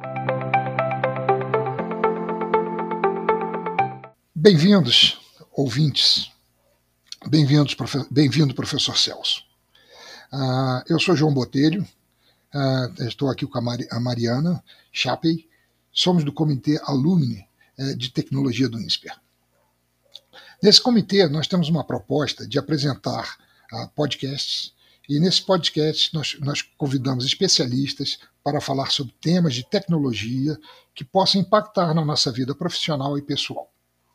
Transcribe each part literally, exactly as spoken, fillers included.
Bem-vindos, ouvintes. Bem-vindos, profe... Bem-vindo, professor Celso. Uh, eu sou João Botelho, uh, estou aqui com a, Mari... a Mariana Chapey, somos do Comitê Alumni uh, de Tecnologia do INSPER. Nesse comitê, nós temos uma proposta de apresentar uh, podcasts, e nesse podcast nós, nós convidamos especialistas para falar sobre temas de tecnologia que possam impactar na nossa vida profissional e pessoal.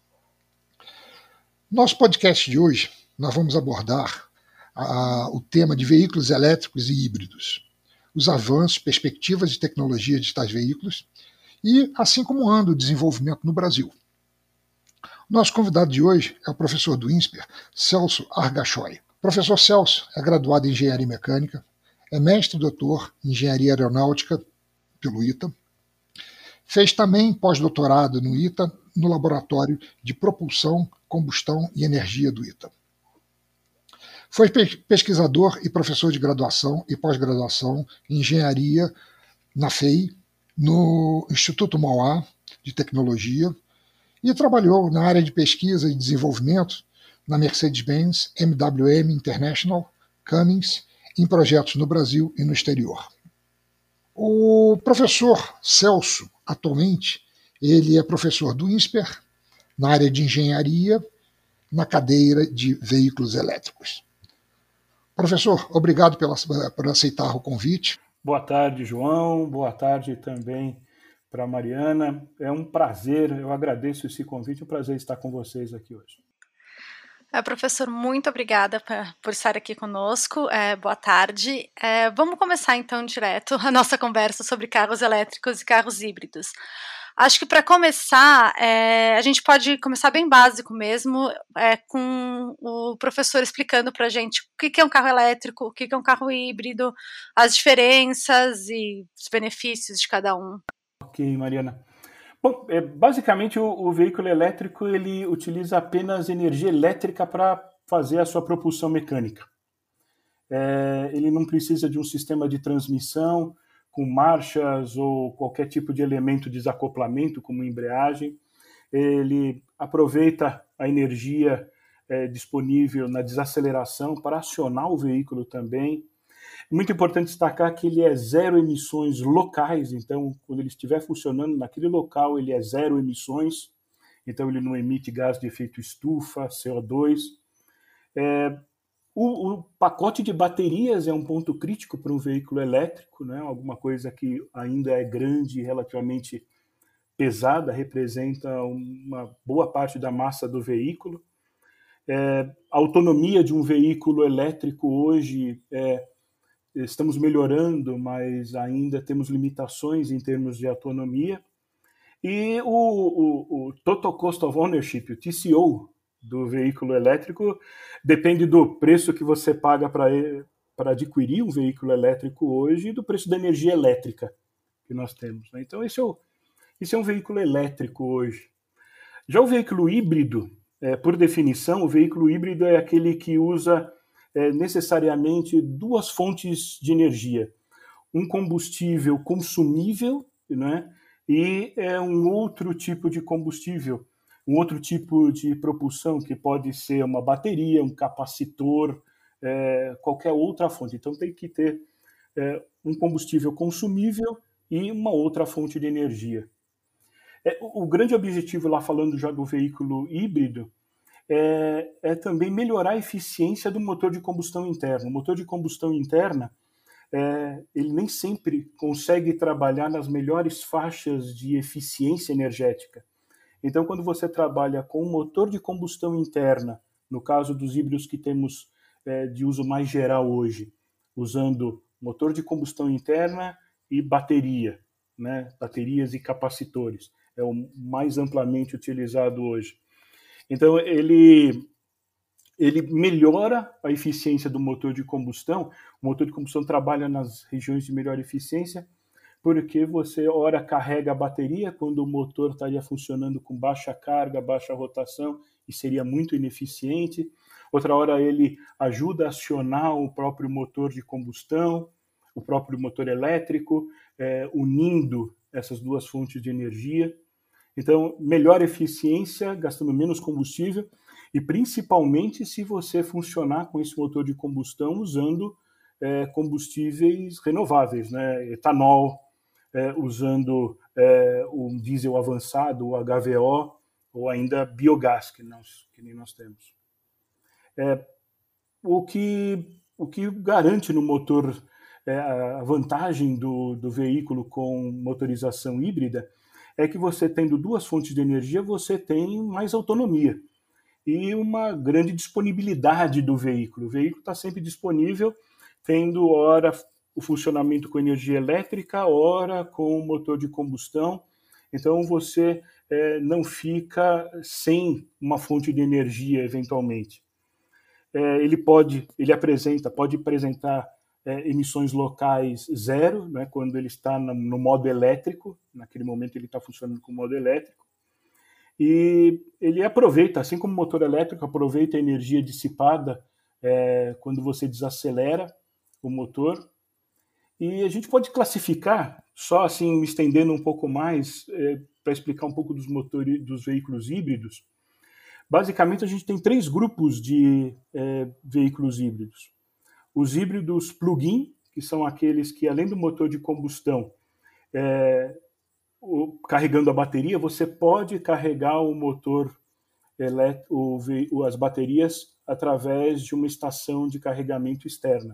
Nosso podcast de hoje, nós vamos abordar a, o tema de veículos elétricos e híbridos, os avanços, perspectivas de tecnologia de tais veículos e assim como anda o desenvolvimento no Brasil. Nosso convidado de hoje é o professor do INSPER, Celso Argachoy. O professor Celso é graduado em Engenharia Mecânica, é mestre e doutor em Engenharia Aeronáutica pelo I T A, fez também pós-doutorado no I T A, no Laboratório de Propulsão, Combustão e Energia do I T A. Foi pesquisador e professor de graduação e pós-graduação em Engenharia na F E I, no Instituto Mauá de Tecnologia, e trabalhou na área de pesquisa e desenvolvimento na Mercedes-Benz, M W M International, Cummins, em projetos no Brasil e no exterior. O professor Celso, atualmente, ele é professor do INSPER, na área de engenharia, na cadeira de veículos elétricos. Professor, obrigado pela, por aceitar o convite. Boa tarde, João. Boa tarde também para a Mariana. É um prazer, eu agradeço esse convite, é um prazer estar com vocês aqui hoje. É, professor, muito obrigada por estar aqui conosco. É, boa tarde. É, vamos começar então direto a nossa conversa sobre carros elétricos e carros híbridos. Acho que para começar, é, a gente pode começar bem básico mesmo, é, com o professor explicando para a gente o que, que é um carro elétrico, o que, que é um carro híbrido, as diferenças e os benefícios de cada um. Ok, Mariana. Bom, é, basicamente o, o veículo elétrico ele utiliza apenas energia elétrica para fazer a sua propulsão mecânica. É, ele não precisa de um sistema de transmissão com marchas ou qualquer tipo de elemento de desacoplamento, como embreagem. Ele aproveita a energia é, disponível na desaceleração para acionar o veículo também. Muito importante destacar que ele é zero emissões locais, então quando ele estiver funcionando naquele local, ele é zero emissões, então ele não emite gás de efeito estufa, C O dois. É, o, o pacote de baterias é um ponto crítico para um veículo elétrico, né? Alguma coisa que ainda é grande e relativamente pesada, representa uma boa parte da massa do veículo. É, a autonomia de um veículo elétrico hoje é estamos melhorando, mas ainda temos limitações em termos de autonomia. E o, o, o Total Cost of Ownership, o T C O do veículo elétrico, depende do preço que você paga para adquirir um veículo elétrico hoje e do preço da energia elétrica que nós temos, né? Então, esse é, o, esse é um veículo elétrico hoje. Já o veículo híbrido, é, por definição, o veículo híbrido é aquele que usa É, necessariamente duas fontes de energia, um combustível consumível, né, e é, um outro tipo de combustível, um outro tipo de propulsão, que pode ser uma bateria, um capacitor, é, qualquer outra fonte. Então tem que ter é, um combustível consumível e uma outra fonte de energia. É, o, o grande objetivo, lá falando já do veículo híbrido, É, é também melhorar a eficiência do motor de combustão interna. O motor de combustão interna, é, ele nem sempre consegue trabalhar nas melhores faixas de eficiência energética. Então, quando você trabalha com um motor de combustão interna, no caso dos híbridos que temos é, de uso mais geral hoje, usando motor de combustão interna e bateria, né? Baterias e capacitores, é o mais amplamente utilizado hoje. Então, ele, ele melhora a eficiência do motor de combustão. O motor de combustão trabalha nas regiões de melhor eficiência, porque você, ora, carrega a bateria quando o motor estaria funcionando com baixa carga, baixa rotação, e seria muito ineficiente. Outra hora, ele ajuda a acionar o próprio motor de combustão, o próprio motor elétrico, é, unindo essas duas fontes de energia. Então, melhor eficiência, gastando menos combustível, e principalmente se você funcionar com esse motor de combustão usando é, combustíveis renováveis, né? Etanol, é, usando é, um diesel avançado, o H V O, ou ainda biogás, que, nós, que nem nós temos. É, o, que, o que garante no motor é, a vantagem do, do veículo com motorização híbrida é que você, tendo duas fontes de energia, você tem mais autonomia e uma grande disponibilidade do veículo. O veículo está sempre disponível, tendo ora o funcionamento com energia elétrica, ora com motor de combustão. Então você é, não fica sem uma fonte de energia eventualmente. É, ele pode, ele apresenta, pode apresentar é, emissões locais zero, né, quando ele está no, no modo elétrico. Naquele momento ele está funcionando com o modo elétrico. E ele aproveita, assim como o motor elétrico, aproveita a energia dissipada é, quando você desacelera o motor. E a gente pode classificar, só assim me estendendo um pouco mais, é, para explicar um pouco dos motores, dos veículos híbridos. Basicamente, a gente tem três grupos de é, veículos híbridos. Os híbridos plug-in, que são aqueles que, além do motor de combustão, é, o, carregando a bateria, você pode carregar o motor, elétrico, o, as baterias, através de uma estação de carregamento externa.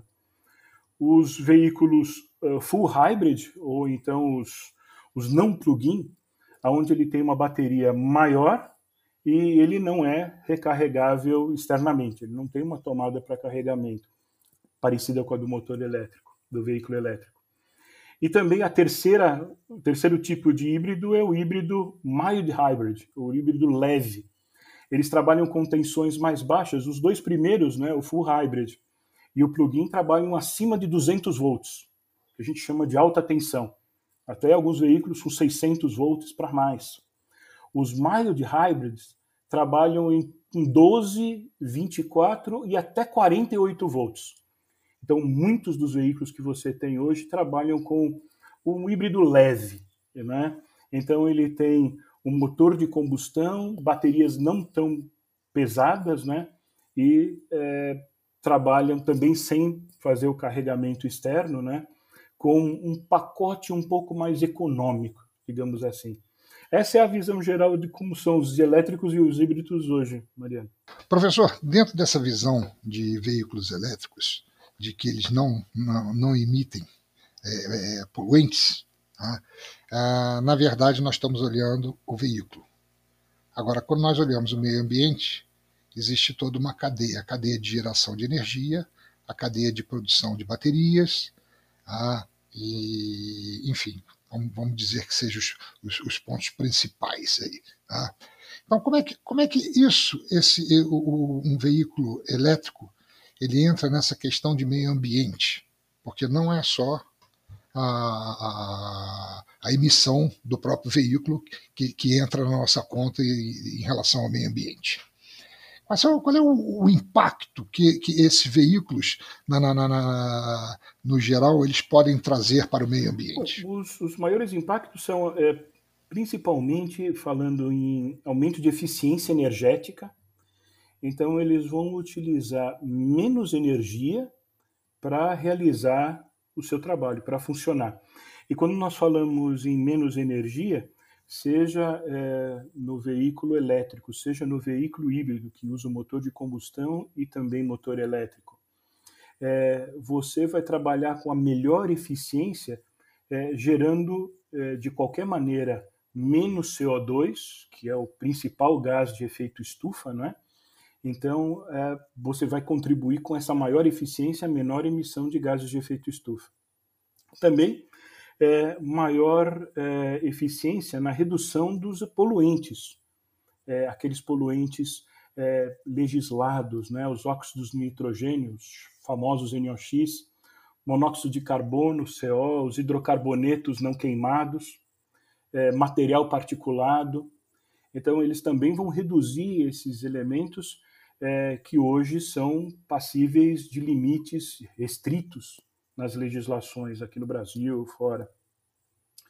Os veículos uh, full hybrid, ou então os, os não plug-in, onde ele tem uma bateria maior e ele não é recarregável externamente, ele não tem uma tomada para carregamento parecida com a do motor elétrico, do veículo elétrico. E também a terceira, o terceiro tipo de híbrido é o híbrido mild hybrid, o híbrido leve. Eles trabalham com tensões mais baixas. Os dois primeiros, né, o full hybrid e o plug-in, trabalham acima de duzentos volts, que a gente chama de alta tensão. Até alguns veículos com seiscentos volts para mais. Os mild hybrids trabalham em doze, vinte e quatro e até quarenta e oito volts. Então, muitos dos veículos que você tem hoje trabalham com um híbrido leve, né? Então, ele tem um motor de combustão, baterias não tão pesadas, né? E é, trabalham também sem fazer o carregamento externo, né? Com um pacote um pouco mais econômico, digamos assim. Essa é a visão geral de como são os elétricos e os híbridos hoje, Mariana. Professor, dentro dessa visão de veículos elétricos, de que eles não, não, não emitem é, é, poluentes, tá? ah, na verdade nós estamos olhando o veículo. Agora, quando nós olhamos o meio ambiente, existe toda uma cadeia, a cadeia de geração de energia, a cadeia de produção de baterias, ah, e, enfim, vamos, vamos dizer que sejam os, os, os pontos principais aí. Tá? Então, como é que, como é que isso, esse, o, o, um veículo elétrico, ele entra nessa questão de meio ambiente? Porque não é só a, a, a emissão do próprio veículo que, que entra na nossa conta em, em relação ao meio ambiente. Mas qual é o, o impacto que, que esses veículos, na, na, na, no geral, eles podem trazer para o meio ambiente? Os, os maiores impactos são, é, principalmente, falando em aumento de eficiência energética. Então, eles vão utilizar menos energia para realizar o seu trabalho, para funcionar. E quando nós falamos em menos energia, seja é, no veículo elétrico, seja no veículo híbrido, que usa o motor de combustão e também motor elétrico, é, você vai trabalhar com a melhor eficiência, é, gerando, é, de qualquer maneira, menos C O dois, que é o principal gás de efeito estufa, não é? Então, é, você vai contribuir com essa maior eficiência, menor emissão de gases de efeito estufa. Também, É, maior é, eficiência na redução dos poluentes, é, aqueles poluentes é, legislados, né, os óxidos de nitrogênio, os famosos N O X, monóxido de carbono, C O, os hidrocarbonetos não queimados, é, material particulado. Então, eles também vão reduzir esses elementos é, que hoje são passíveis de limites restritos nas legislações aqui no Brasil, fora.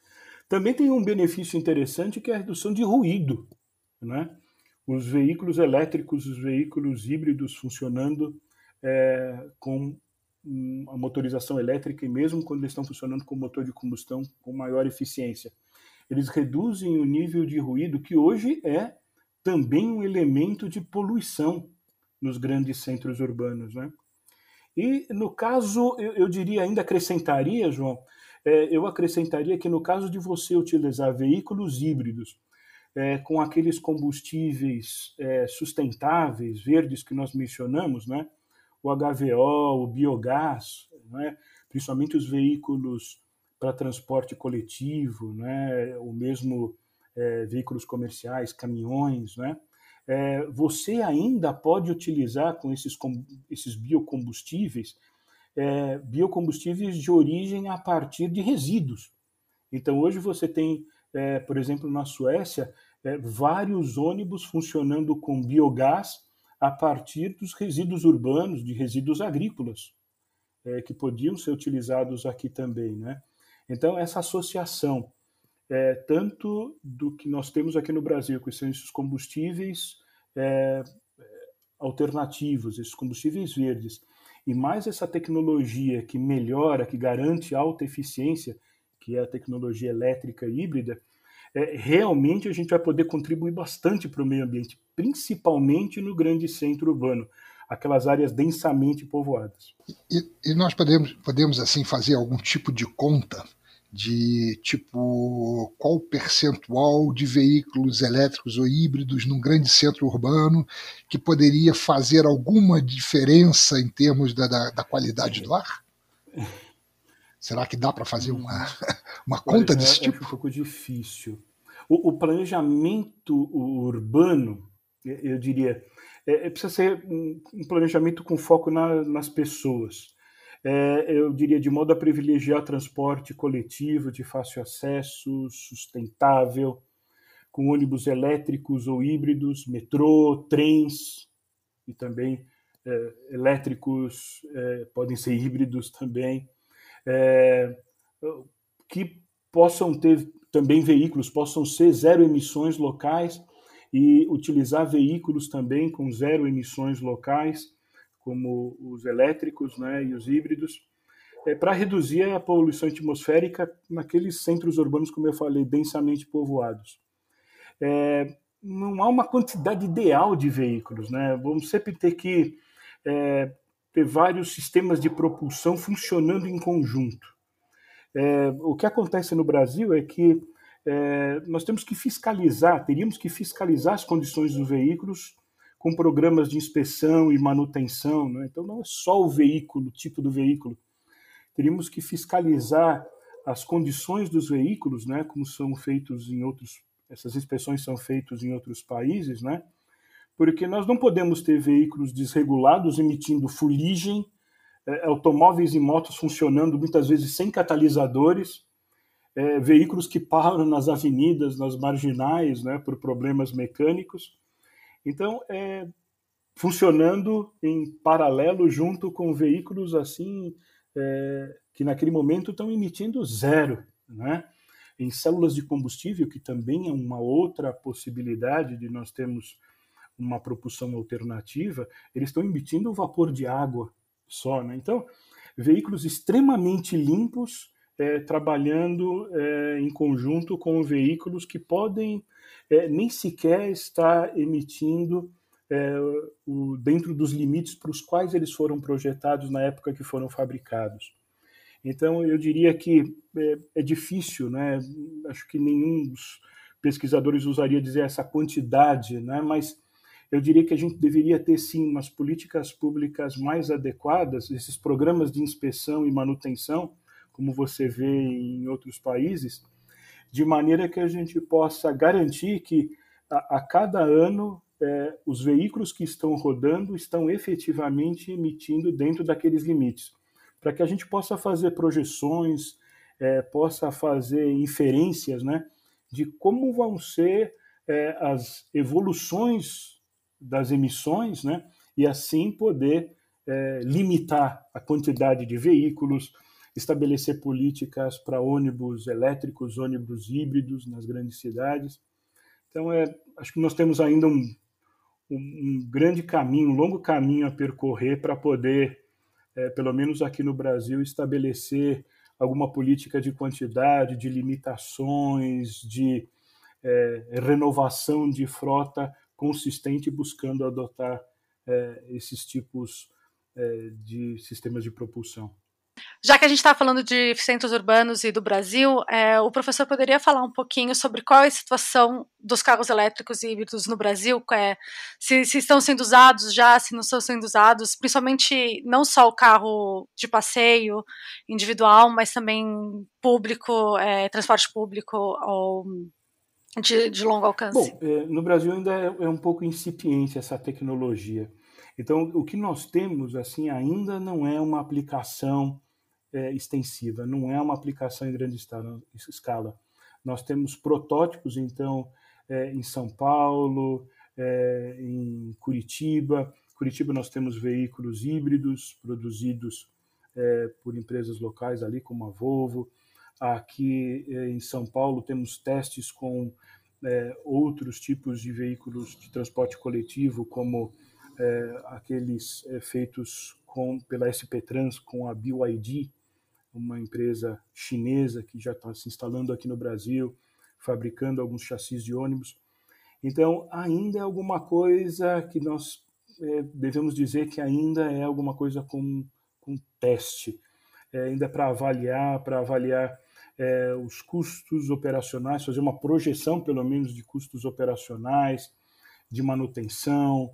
Também tem um benefício interessante que é a redução de ruído, né? Os veículos elétricos, os veículos híbridos funcionando é, com a motorização elétrica e mesmo quando eles estão funcionando com motor de combustão com maior eficiência, eles reduzem o nível de ruído que hoje é também um elemento de poluição nos grandes centros urbanos, né? E no caso, eu, eu diria ainda, acrescentaria, João, é, eu acrescentaria que no caso de você utilizar veículos híbridos é, com aqueles combustíveis é, sustentáveis, verdes que nós mencionamos, né? O H V O, o biogás, né? Principalmente os veículos para transporte coletivo, né? Ou mesmo é, veículos comerciais, caminhões, né? É, você ainda pode utilizar com esses, esses biocombustíveis, é, biocombustíveis de origem a partir de resíduos. Então, hoje você tem, é, por exemplo, na Suécia, é, vários ônibus funcionando com biogás a partir dos resíduos urbanos, de resíduos agrícolas, é, que podiam ser utilizados aqui também, né? Então, essa associação, é, tanto do que nós temos aqui no Brasil, que são esses combustíveis é, alternativos, esses combustíveis verdes, e mais essa tecnologia que melhora, que garante alta eficiência, que é a tecnologia elétrica híbrida, é, realmente a gente vai poder contribuir bastante para o meio ambiente, principalmente no grande centro urbano, aquelas áreas densamente povoadas. E, e nós podemos, podemos, assim, fazer algum tipo de conta de, tipo, qual o percentual de veículos elétricos ou híbridos num grande centro urbano que poderia fazer alguma diferença em termos da, da, da qualidade do ar? Será que dá para fazer uma, uma conta Olha, desse é, tipo? É um pouco difícil. O, o planejamento urbano, eu diria, é, é, precisa ser um, um planejamento com foco na, nas pessoas. É, eu diria de modo a privilegiar transporte coletivo de fácil acesso, sustentável, com ônibus elétricos ou híbridos, metrô, trens, e também é, elétricos, é, podem ser híbridos também, é, que possam ter também veículos, possam ser zero emissões locais e utilizar veículos também com zero emissões locais, como os elétricos, né, e os híbridos, é, para reduzir a poluição atmosférica naqueles centros urbanos, como eu falei, densamente povoados. É, não há uma quantidade ideal de veículos, né? Vamos sempre ter que é, ter vários sistemas de propulsão funcionando em conjunto. É, o que acontece no Brasil é que é, nós temos que fiscalizar, teríamos que fiscalizar as condições dos veículos com programas de inspeção e manutenção, né? Então não é só o veículo, o tipo do veículo. Teríamos que fiscalizar as condições dos veículos, né? Como são feitos em outros, essas inspeções são feitas em outros países, né? Porque nós não podemos ter veículos desregulados emitindo fuligem, é, automóveis e motos funcionando muitas vezes sem catalisadores, é, veículos que param nas avenidas, nas marginais, né? Por problemas mecânicos. Então, é, funcionando em paralelo junto com veículos assim é, que naquele momento estão emitindo zero, né? Em células de combustível, que também é uma outra possibilidade de nós termos uma propulsão alternativa, eles estão emitindo vapor de água só, né? Então, veículos extremamente limpos é, trabalhando é, em conjunto com veículos que podem é, nem sequer estar emitindo é, o, dentro dos limites para os quais eles foram projetados na época que foram fabricados. Então, eu diria que é, é difícil, né? Acho que nenhum dos pesquisadores usaria dizer essa quantidade, né? Mas eu diria que a gente deveria ter, sim, umas políticas públicas mais adequadas, esses programas de inspeção e manutenção, como você vê em outros países, de maneira que a gente possa garantir que a, a cada ano é, os veículos que estão rodando estão efetivamente emitindo dentro daqueles limites, para que a gente possa fazer projeções, é, possa fazer inferências, né, de como vão ser é, as evoluções das emissões, né, e assim poder é, limitar a quantidade de veículos, estabelecer políticas para ônibus elétricos, ônibus híbridos nas grandes cidades. Então, é, acho que nós temos ainda um, um, um grande caminho, um longo caminho a percorrer para poder, é, pelo menos aqui no Brasil, estabelecer alguma política de quantidade, de limitações, de é, renovação de frota consistente, buscando adotar é, esses tipos é, de sistemas de propulsão. Já que a gente está falando de centros urbanos e do Brasil, é, o professor poderia falar um pouquinho sobre qual é a situação dos carros elétricos e híbridos no Brasil, é, se, se estão sendo usados já, se não estão sendo usados, principalmente não só o carro de passeio individual, mas também público, é, transporte público ou de, de longo alcance. Bom, é, no Brasil ainda é, é um pouco incipiente essa tecnologia. Então, o que nós temos assim ainda não é uma aplicação É, extensiva, não é uma aplicação em grande escala. Nós temos protótipos, então, é, em São Paulo, é, em Curitiba. Curitiba nós temos veículos híbridos produzidos é, por empresas locais ali, como a Volvo. Aqui é, em São Paulo temos testes com é, outros tipos de veículos de transporte coletivo, como é, aqueles é, feitos com, pela S P Trans, com a B Y D, uma empresa chinesa que já está se instalando aqui no Brasil, fabricando alguns chassis de ônibus. Então, ainda é alguma coisa que nós é, devemos dizer que ainda é alguma coisa com, com teste, é, ainda para avaliar, para avaliar é, os custos operacionais, fazer uma projeção, pelo menos, de custos operacionais, de manutenção,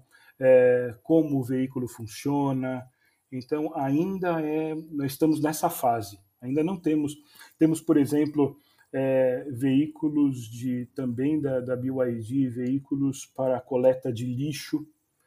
é, como o veículo funciona. Então, ainda é, nós estamos nessa fase. Ainda não temos, temos, por exemplo, é, veículos de, também da, da B Y D, veículos para coleta de lixo,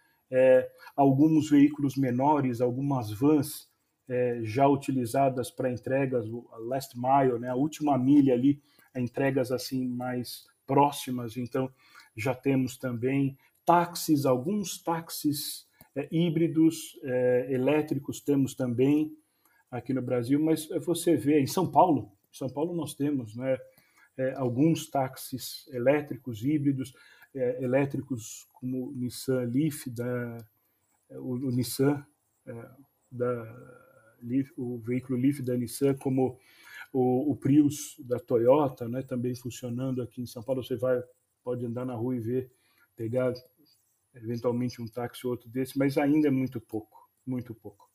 é, alguns veículos menores, algumas vans é, já utilizadas para entregas, a last mile, né, a última milha ali, entregas assim mais próximas. Então, já temos também táxis, alguns táxis É, híbridos, é, elétricos temos também aqui no Brasil, mas você vê, em São Paulo, em São Paulo nós temos, né, é, alguns táxis elétricos, híbridos, é, elétricos como o Nissan Leaf, da, o, o Nissan, é, da, Leaf, o veículo Leaf da Nissan, como o, o Prius da Toyota, né, também funcionando aqui em São Paulo. Você vai, pode andar na rua e ver, pegar eventualmente um táxi ou outro desse, mas ainda é muito pouco, muito pouco.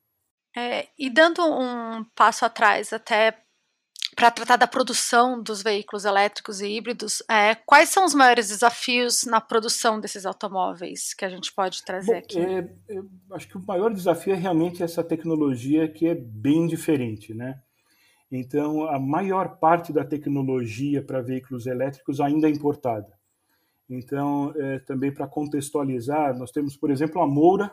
É, e dando um passo atrás até para tratar da produção dos veículos elétricos e híbridos, é, quais são os maiores desafios na produção desses automóveis que a gente pode trazer Bom, aqui? É, é, acho que o maior desafio é realmente essa tecnologia que é bem diferente, né? Então, a maior parte da tecnologia para veículos elétricos ainda é importada. Então, é, também para contextualizar, nós temos, por exemplo, a Moura,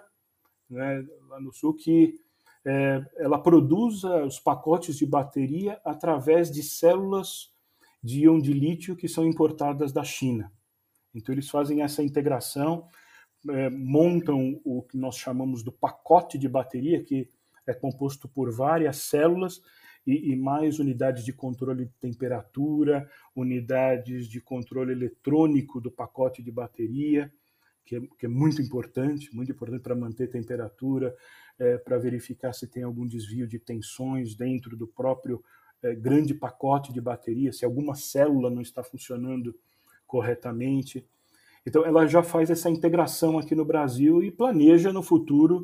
né, lá no sul, que é, ela produz os pacotes de bateria através de células de íon de lítio que são importadas da China. Então, eles fazem essa integração, é, montam o que nós chamamos do pacote de bateria, que é composto por várias células, E, e mais unidades de controle de temperatura, unidades de controle eletrônico do pacote de bateria, que é, que é muito importante, muito importante para manter temperatura, é, para verificar se tem algum desvio de tensões dentro do próprio é, grande pacote de bateria, se alguma célula não está funcionando corretamente. Então, ela já faz essa integração aqui no Brasil e planeja no futuro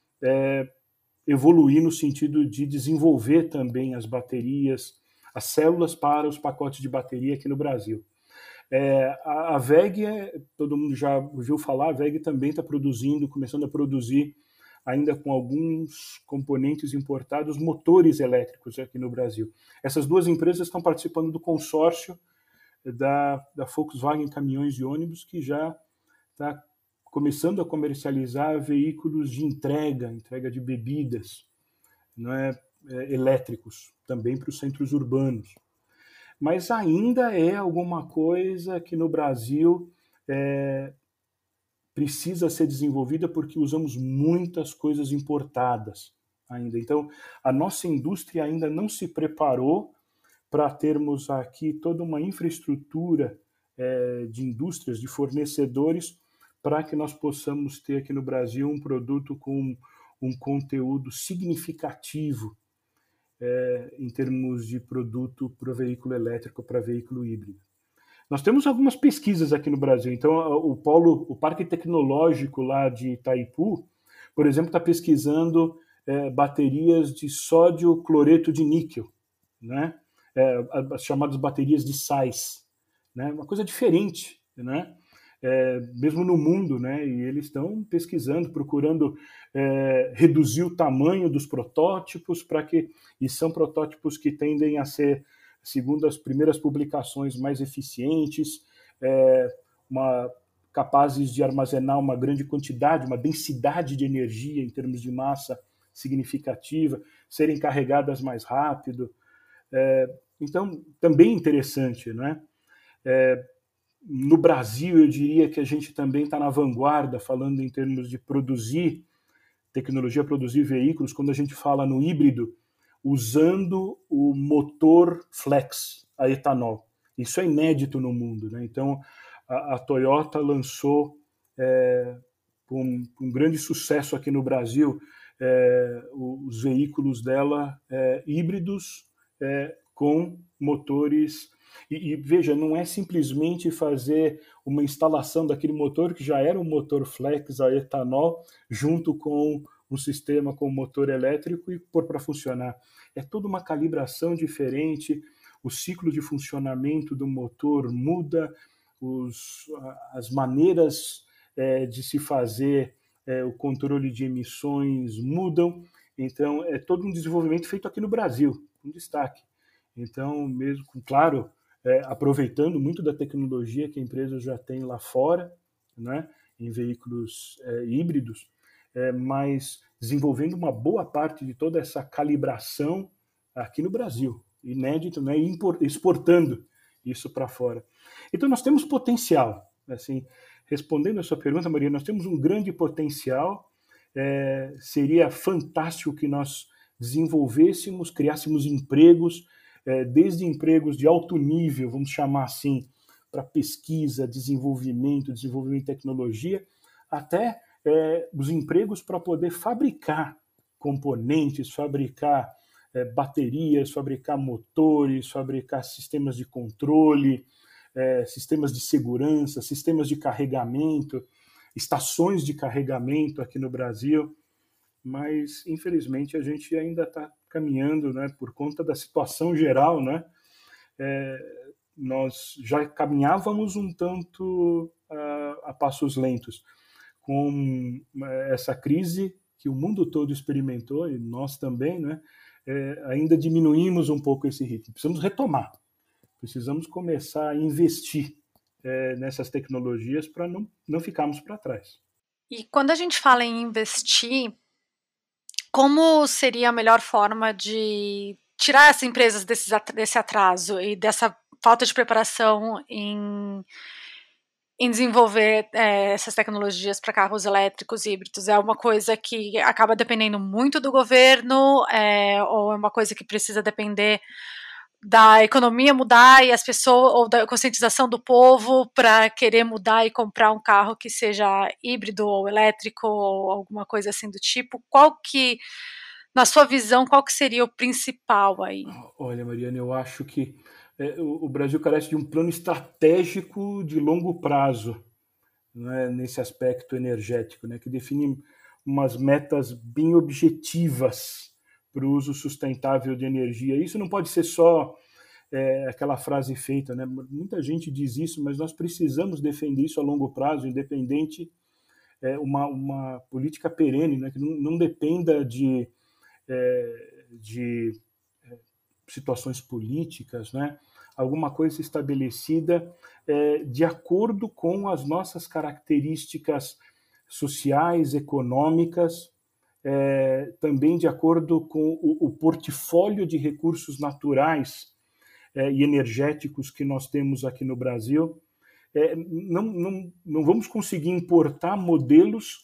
é, evoluir no sentido de desenvolver também as baterias, as células para os pacotes de bateria aqui no Brasil. É, a, a V E G, todo mundo já ouviu falar, a V E G também está produzindo, começando a produzir, ainda com alguns componentes importados, motores elétricos aqui no Brasil. Essas duas empresas estão participando do consórcio da, da Volkswagen Caminhões e Ônibus, que já está começando a comercializar veículos de entrega, entrega de bebidas, não é, é, elétricos, também para os centros urbanos. Mas ainda é alguma coisa que no Brasil é, precisa ser desenvolvida porque usamos muitas coisas importadas ainda. Então, a nossa indústria ainda não se preparou para termos aqui toda uma infraestrutura é, de indústrias, de fornecedores, para que nós possamos ter aqui no Brasil um produto com um conteúdo significativo é, em termos de produto para veículo elétrico, para veículo híbrido. Nós temos algumas pesquisas aqui no Brasil. Então, o polo, o Parque Tecnológico lá de Itaipu, por exemplo, está pesquisando é, baterias de sódio cloreto de níquel, né? É, as chamadas baterias de sais, né? Uma coisa diferente, né? É, mesmo no mundo, né? E eles estão pesquisando, procurando é, reduzir o tamanho dos protótipos para que, e são protótipos que tendem a ser, segundo as primeiras publicações, mais eficientes, é, uma, capazes de armazenar uma grande quantidade, uma densidade de energia em termos de massa significativa, serem carregadas mais rápido. É, então, também interessante, né? É, no Brasil, eu diria que a gente também está na vanguarda, falando em termos de produzir tecnologia, produzir veículos, quando a gente fala no híbrido, usando o motor flex a etanol. Isso é inédito no mundo, né? Então, a, a Toyota lançou, é, com um grande sucesso aqui no Brasil, é, os veículos dela é, híbridos é, com motores. E, e veja, não é simplesmente fazer uma instalação daquele motor que já era um motor flex a etanol junto com um sistema com motor elétrico e pôr para funcionar. É toda uma calibração diferente, o ciclo de funcionamento do motor muda, os, as maneiras é, de se fazer é, o controle de emissões mudam. Então, é todo um desenvolvimento feito aqui no Brasil, com destaque. Então, mesmo, claro, é, aproveitando muito da tecnologia que a empresa já tem lá fora, né, em veículos é, híbridos, é, mas desenvolvendo uma boa parte de toda essa calibração aqui no Brasil, inédito, né, e exportando isso para fora. Então, nós temos potencial. Assim, respondendo a sua pergunta, Maria, nós temos um grande potencial. É, seria fantástico que nós desenvolvêssemos, criássemos empregos, é, desde empregos de alto nível, vamos chamar assim, para pesquisa, desenvolvimento, desenvolvimento de tecnologia, até é, os empregos para poder fabricar componentes, fabricar é, baterias, fabricar motores, fabricar sistemas de controle, é, sistemas de segurança, sistemas de carregamento, estações de carregamento aqui no Brasil, mas infelizmente a gente ainda está caminhando, né, por conta da situação geral, né? É, nós já caminhávamos um tanto a, a passos lentos com essa crise que o mundo todo experimentou e nós também, né? É, ainda diminuímos um pouco esse ritmo. Precisamos retomar, precisamos começar a investir é, nessas tecnologias para não, não ficarmos para trás. E quando a gente fala em investir, como seria a melhor forma de tirar as empresas desses, desse atraso e dessa falta de preparação em, em desenvolver é, essas tecnologias para carros elétricos híbridos? É uma coisa que acaba dependendo muito do governo, é, ou é uma coisa que precisa depender da economia mudar e as pessoas, ou da conscientização do povo para querer mudar e comprar um carro que seja híbrido ou elétrico ou alguma coisa assim do tipo? Qual que, na sua visão, qual que seria o principal aí? Olha, Mariana, eu acho que é, o, o Brasil carece de um plano estratégico de longo prazo, né, nesse aspecto energético, né, que define umas metas bem objetivas para o uso sustentável de energia. Isso não pode ser só é, aquela frase feita, né? Muita gente diz isso, mas nós precisamos defender isso a longo prazo, independente, é, uma, uma política perene, né? Que não, não dependa de, é, de é, situações políticas, né? Alguma coisa estabelecida é, de acordo com as nossas características sociais, econômicas, É, também de acordo com o, o portfólio de recursos naturais é, e energéticos que nós temos aqui no Brasil. É, não, não, não vamos conseguir importar modelos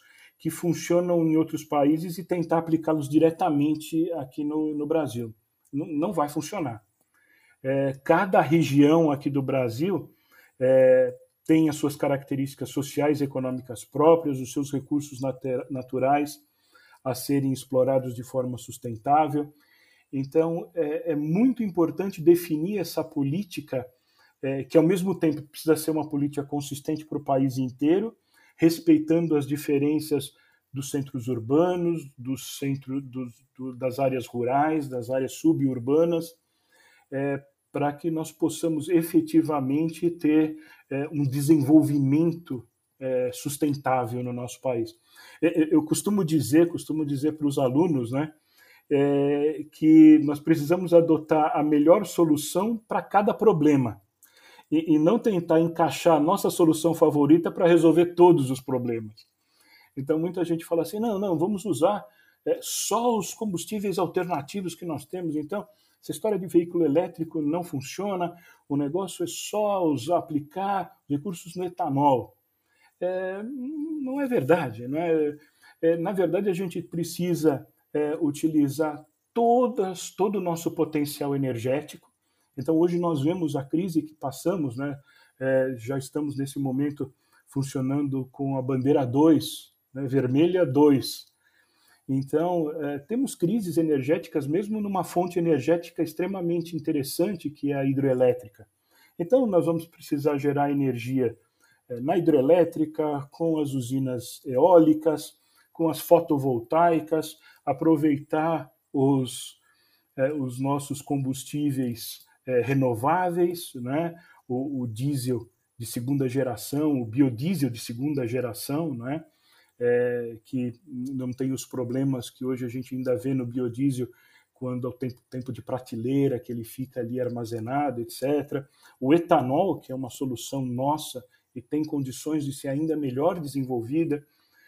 que funcionam em outros países e tentar aplicá-los diretamente aqui no, no Brasil. Não, não vai funcionar. É, cada região aqui do Brasil é, tem as suas características sociais e econômicas próprias, os seus recursos nat- naturais a serem explorados de forma sustentável. Então, é, é muito importante definir essa política, é, que ao mesmo tempo precisa ser uma política consistente para o país inteiro, respeitando as diferenças dos centros urbanos, dos centros, dos, do, das áreas rurais, das áreas suburbanas, é, para que nós possamos efetivamente ter é, um desenvolvimento é, sustentável no nosso país. Eu costumo dizer, costumo dizer para os alunos, né, é, que nós precisamos adotar a melhor solução para cada problema e, e não tentar encaixar a nossa solução favorita para resolver todos os problemas. Então, muita gente fala assim, não, não, vamos usar é, só os combustíveis alternativos que nós temos. Então, essa história de veículo elétrico não funciona, o negócio é só usar, aplicar recursos no etanol. É, não é verdade. Não é, é, na verdade, a gente precisa é, utilizar todas, todo o nosso potencial energético. Então, hoje nós vemos a crise que passamos, né? É, já estamos nesse momento funcionando com a bandeira dois, né? Vermelha dois. Então, é, temos crises energéticas mesmo numa fonte energética extremamente interessante, que é a hidroelétrica. Então, nós vamos precisar gerar energia é, na hidroelétrica, com as usinas eólicas, com as fotovoltaicas, aproveitar os, é, os nossos combustíveis é, renováveis, né? o, o diesel de segunda geração, o biodiesel de segunda geração, né? É, que não tem os problemas que hoje a gente ainda vê no biodiesel, quando é o tempo, tempo de prateleira, que ele fica ali armazenado, etcétera. O etanol, que é uma solução nossa e tem condições de ser ainda melhor desenvolvida.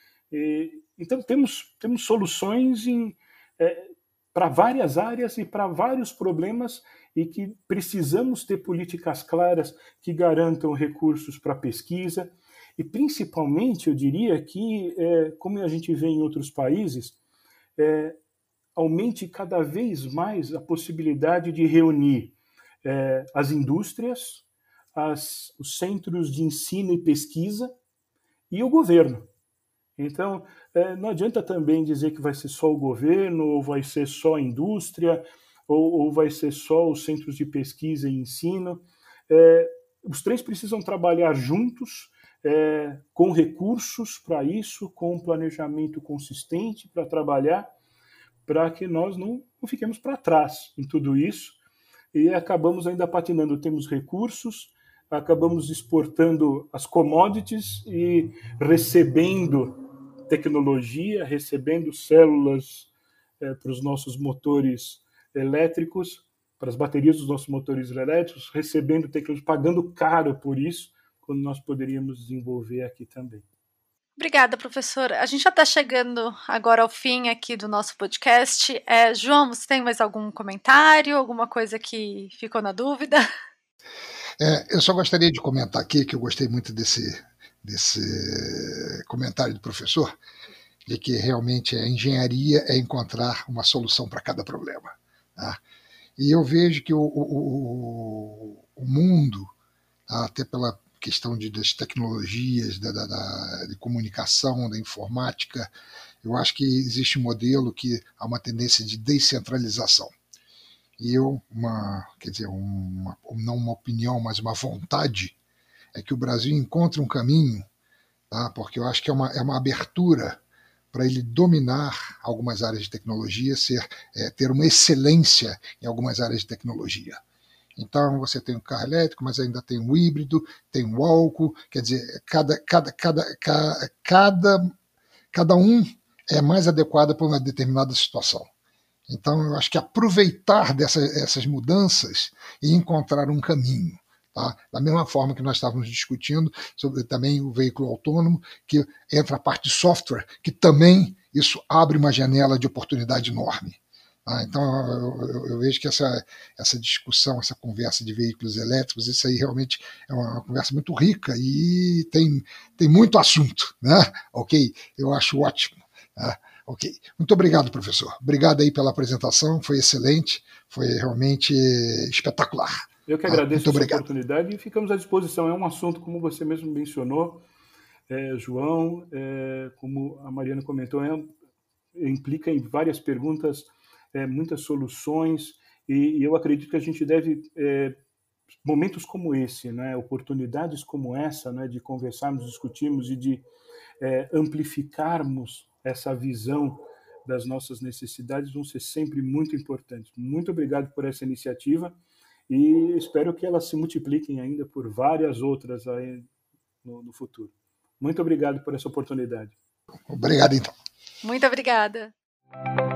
E, então, temos, temos soluções é, para várias áreas e para vários problemas, e que precisamos ter políticas claras que garantam recursos para pesquisa. E, principalmente, eu diria que, é, como a gente vê em outros países, é, aumente cada vez mais a possibilidade de reunir é, as indústrias, as, os centros de ensino e pesquisa e o governo. Então, é, não adianta também dizer que vai ser só o governo, ou vai ser só a indústria, ou, ou vai ser só os centros de pesquisa e ensino. É, os três precisam trabalhar juntos, É, com recursos para isso, com um planejamento consistente para trabalhar, para que nós não, não fiquemos para trás em tudo isso e acabamos ainda patinando. Temos recursos, acabamos exportando as commodities e recebendo tecnologia, recebendo células é, para os nossos motores elétricos, para as baterias dos nossos motores elétricos, recebendo tecnologia, pagando caro por isso, quando nós poderíamos desenvolver aqui também. Obrigada, professor. A gente já está chegando agora ao fim aqui do nosso podcast. É, João, você tem mais algum comentário, alguma coisa que ficou na dúvida? É, eu só gostaria de comentar aqui, que eu gostei muito desse, desse comentário do professor, de que realmente a engenharia é encontrar uma solução para cada problema. Tá? E eu vejo que o, o, o mundo, tá, até pela questão de, das tecnologias, da, da, da, de comunicação, da informática, eu acho que existe um modelo que há uma tendência de descentralização. E eu, uma, quer dizer, uma, não uma opinião, mas uma vontade, é que o Brasil encontre um caminho, tá, porque eu acho que é uma, é uma abertura para ele dominar algumas áreas de tecnologia, ser, é, ter uma excelência em algumas áreas de tecnologia. Então, você tem o carro elétrico, mas ainda tem o híbrido, tem o álcool, quer dizer, cada, cada, cada, cada, cada, cada um é mais adequado para uma determinada situação. Então, eu acho que aproveitar dessas essas mudanças e encontrar um caminho. Tá? Da mesma forma que nós estávamos discutindo sobre também o veículo autônomo, que entra a parte de software, que também isso abre uma janela de oportunidade enorme. Ah, então, eu, eu, eu vejo que essa, essa discussão, essa conversa de veículos elétricos, isso aí realmente é uma, uma conversa muito rica e tem, tem muito assunto, né? Ok? Eu acho ótimo. Né? Ok. Muito obrigado, professor. Obrigado aí pela apresentação, foi excelente, foi realmente espetacular. Eu que Ah, agradeço muito essa obrigado. oportunidade e ficamos à disposição. É um assunto, como você mesmo mencionou, é, João, é, como a Mariana comentou, é, implica em várias perguntas, é, muitas soluções, e, e eu acredito que a gente deve, é, momentos como esse, né, oportunidades como essa, né, de conversarmos, discutirmos e de é, amplificarmos essa visão das nossas necessidades vão ser sempre muito importantes. Muito obrigado por essa iniciativa e espero que elas se multipliquem ainda por várias outras aí no, no futuro. Muito obrigado por essa oportunidade. Obrigado, então. Muito obrigada.